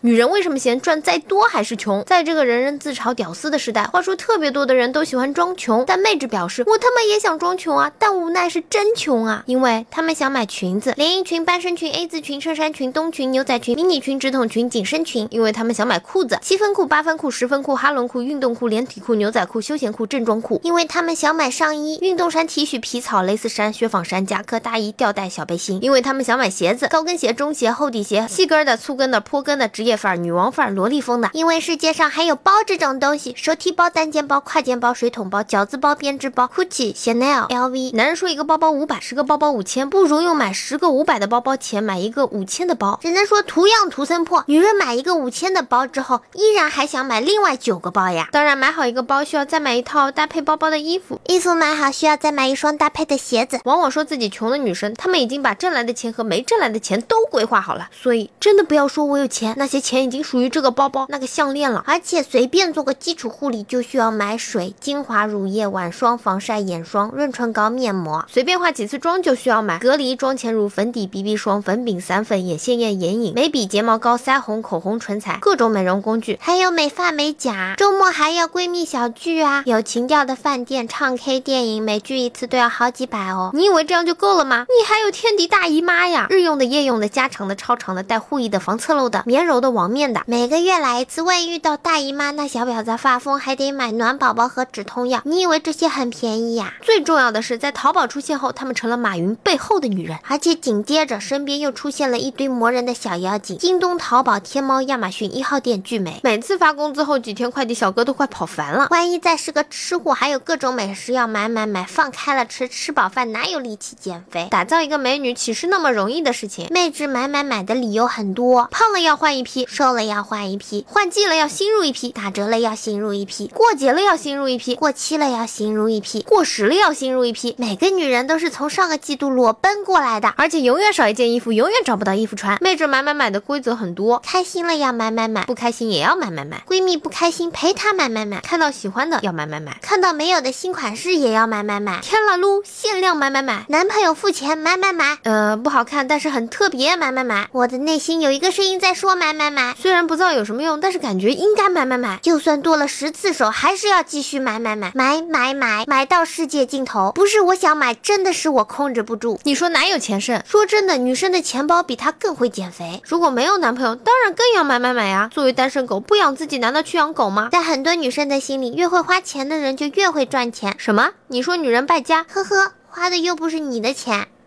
女人为什么嫌赚再多还是穷？在这个人人自嘲屌丝的时代，话说特别多的人都喜欢装穷，但妹纸表示我他妈也想装穷啊，但无奈是真穷啊，因为他们想买裙子，连衣裙、半身裙、A 字裙、衬衫裙、冬裙、牛仔裙、迷你裙、直筒裙、紧身裙，因为他们想买裤子，7分裤、8分裤、10分裤、哈伦裤、运动裤、连体裤、牛仔裤、休闲裤、正装裤，因为他们想买上衣，运动衫、T 恤、皮草、蕾丝衫、雪纺衫、夹克、大衣、吊带、小背心，因为他们想买鞋子，高跟鞋、中鞋、厚底鞋，细跟的、粗跟的、坡跟的，职业范儿、女王范儿、萝莉风的，因为世界上还有包这种东西，手提包、单肩包、挎肩包、水桶包、饺子包、编织包、Gucci、Chanel、LV。男人说一个包包500，10个包包5000，不如用买10个500的包包钱买一个5000的包。只能说图样图森破，女人买一个5000的包之后，依然还想买另外9个包呀。当然，买好一个包需要再买一套搭配包包的衣服，衣服买好需要再买一双搭配的鞋子。往往说自己穷的女生，她们已经把挣来的钱和没挣来的钱都规划好了，所以真的不要说我有钱，那些钱已经属于这个包包那个项链了。而且随便做个基础护理就需要买水、精华、乳液、晚霜、防晒、眼霜、润唇膏、面膜，随便化几次妆就需要买隔离、妆前乳、粉底、BB 霜、粉饼、散粉、眼线液、眼影、眉笔、睫毛膏、腮红、口红、唇彩，各种美容工具，还有美发美甲。周末还要闺蜜小聚啊，有情调的饭店、唱 K、电影，每聚一次都要好几百哦。你以为这样就够了吗？你还有天敌大姨妈呀，日用的、夜用的、加长的、超长的、带护翼的、防侧漏的、棉柔的、网面的，每个月来一次，万一遇到大姨妈那小婊子发疯，还得买暖宝宝和止痛药。你以为这些很便宜呀？最重要的是，在淘宝出现后，她们成了马云背后的女人，而且紧接着身边又出现了一堆磨人的小妖精。京东、淘宝、天猫、亚马逊1号店聚美，每次发工资后几天，快递小哥都快跑烦了。万一再是个吃货，还有各种美食要买，放开了吃，吃饱饭哪有力气减肥？打造一个美女岂是那么容易的事情？妹纸买的理由很多，胖了要换一批，瘦了要换一批，换季了要新入一批，打折了要新入一批，过节了要新入一批，过期了要新入一批，过时了要新入一批。每个女人都是从上个季度裸奔过来的，而且永远少一件衣服，永远找不到衣服穿。妹纸买的规则很多，开心了要买，不开心也要买。闺蜜不开心陪她买，看到喜欢的要买，看到没有的新款式也要买，天了噜限量买，男朋友付钱买，不好看但是很特别买。我的内心有一个声音在说买，虽然不知道有什么用，但是感觉应该买，就算剁了10次手还是要继续买到世界尽头。不是我想买，真的是我控制不住。你说哪有钱剩？说真的，女生的钱包比她更会减肥。如果没有男朋友，当然更要买呀。作为单身狗，不养自己难道去养狗吗？在很多女生的心里，越会花钱的人就越会赚钱。什么？你说女人败家？呵呵，花的又不是你的钱。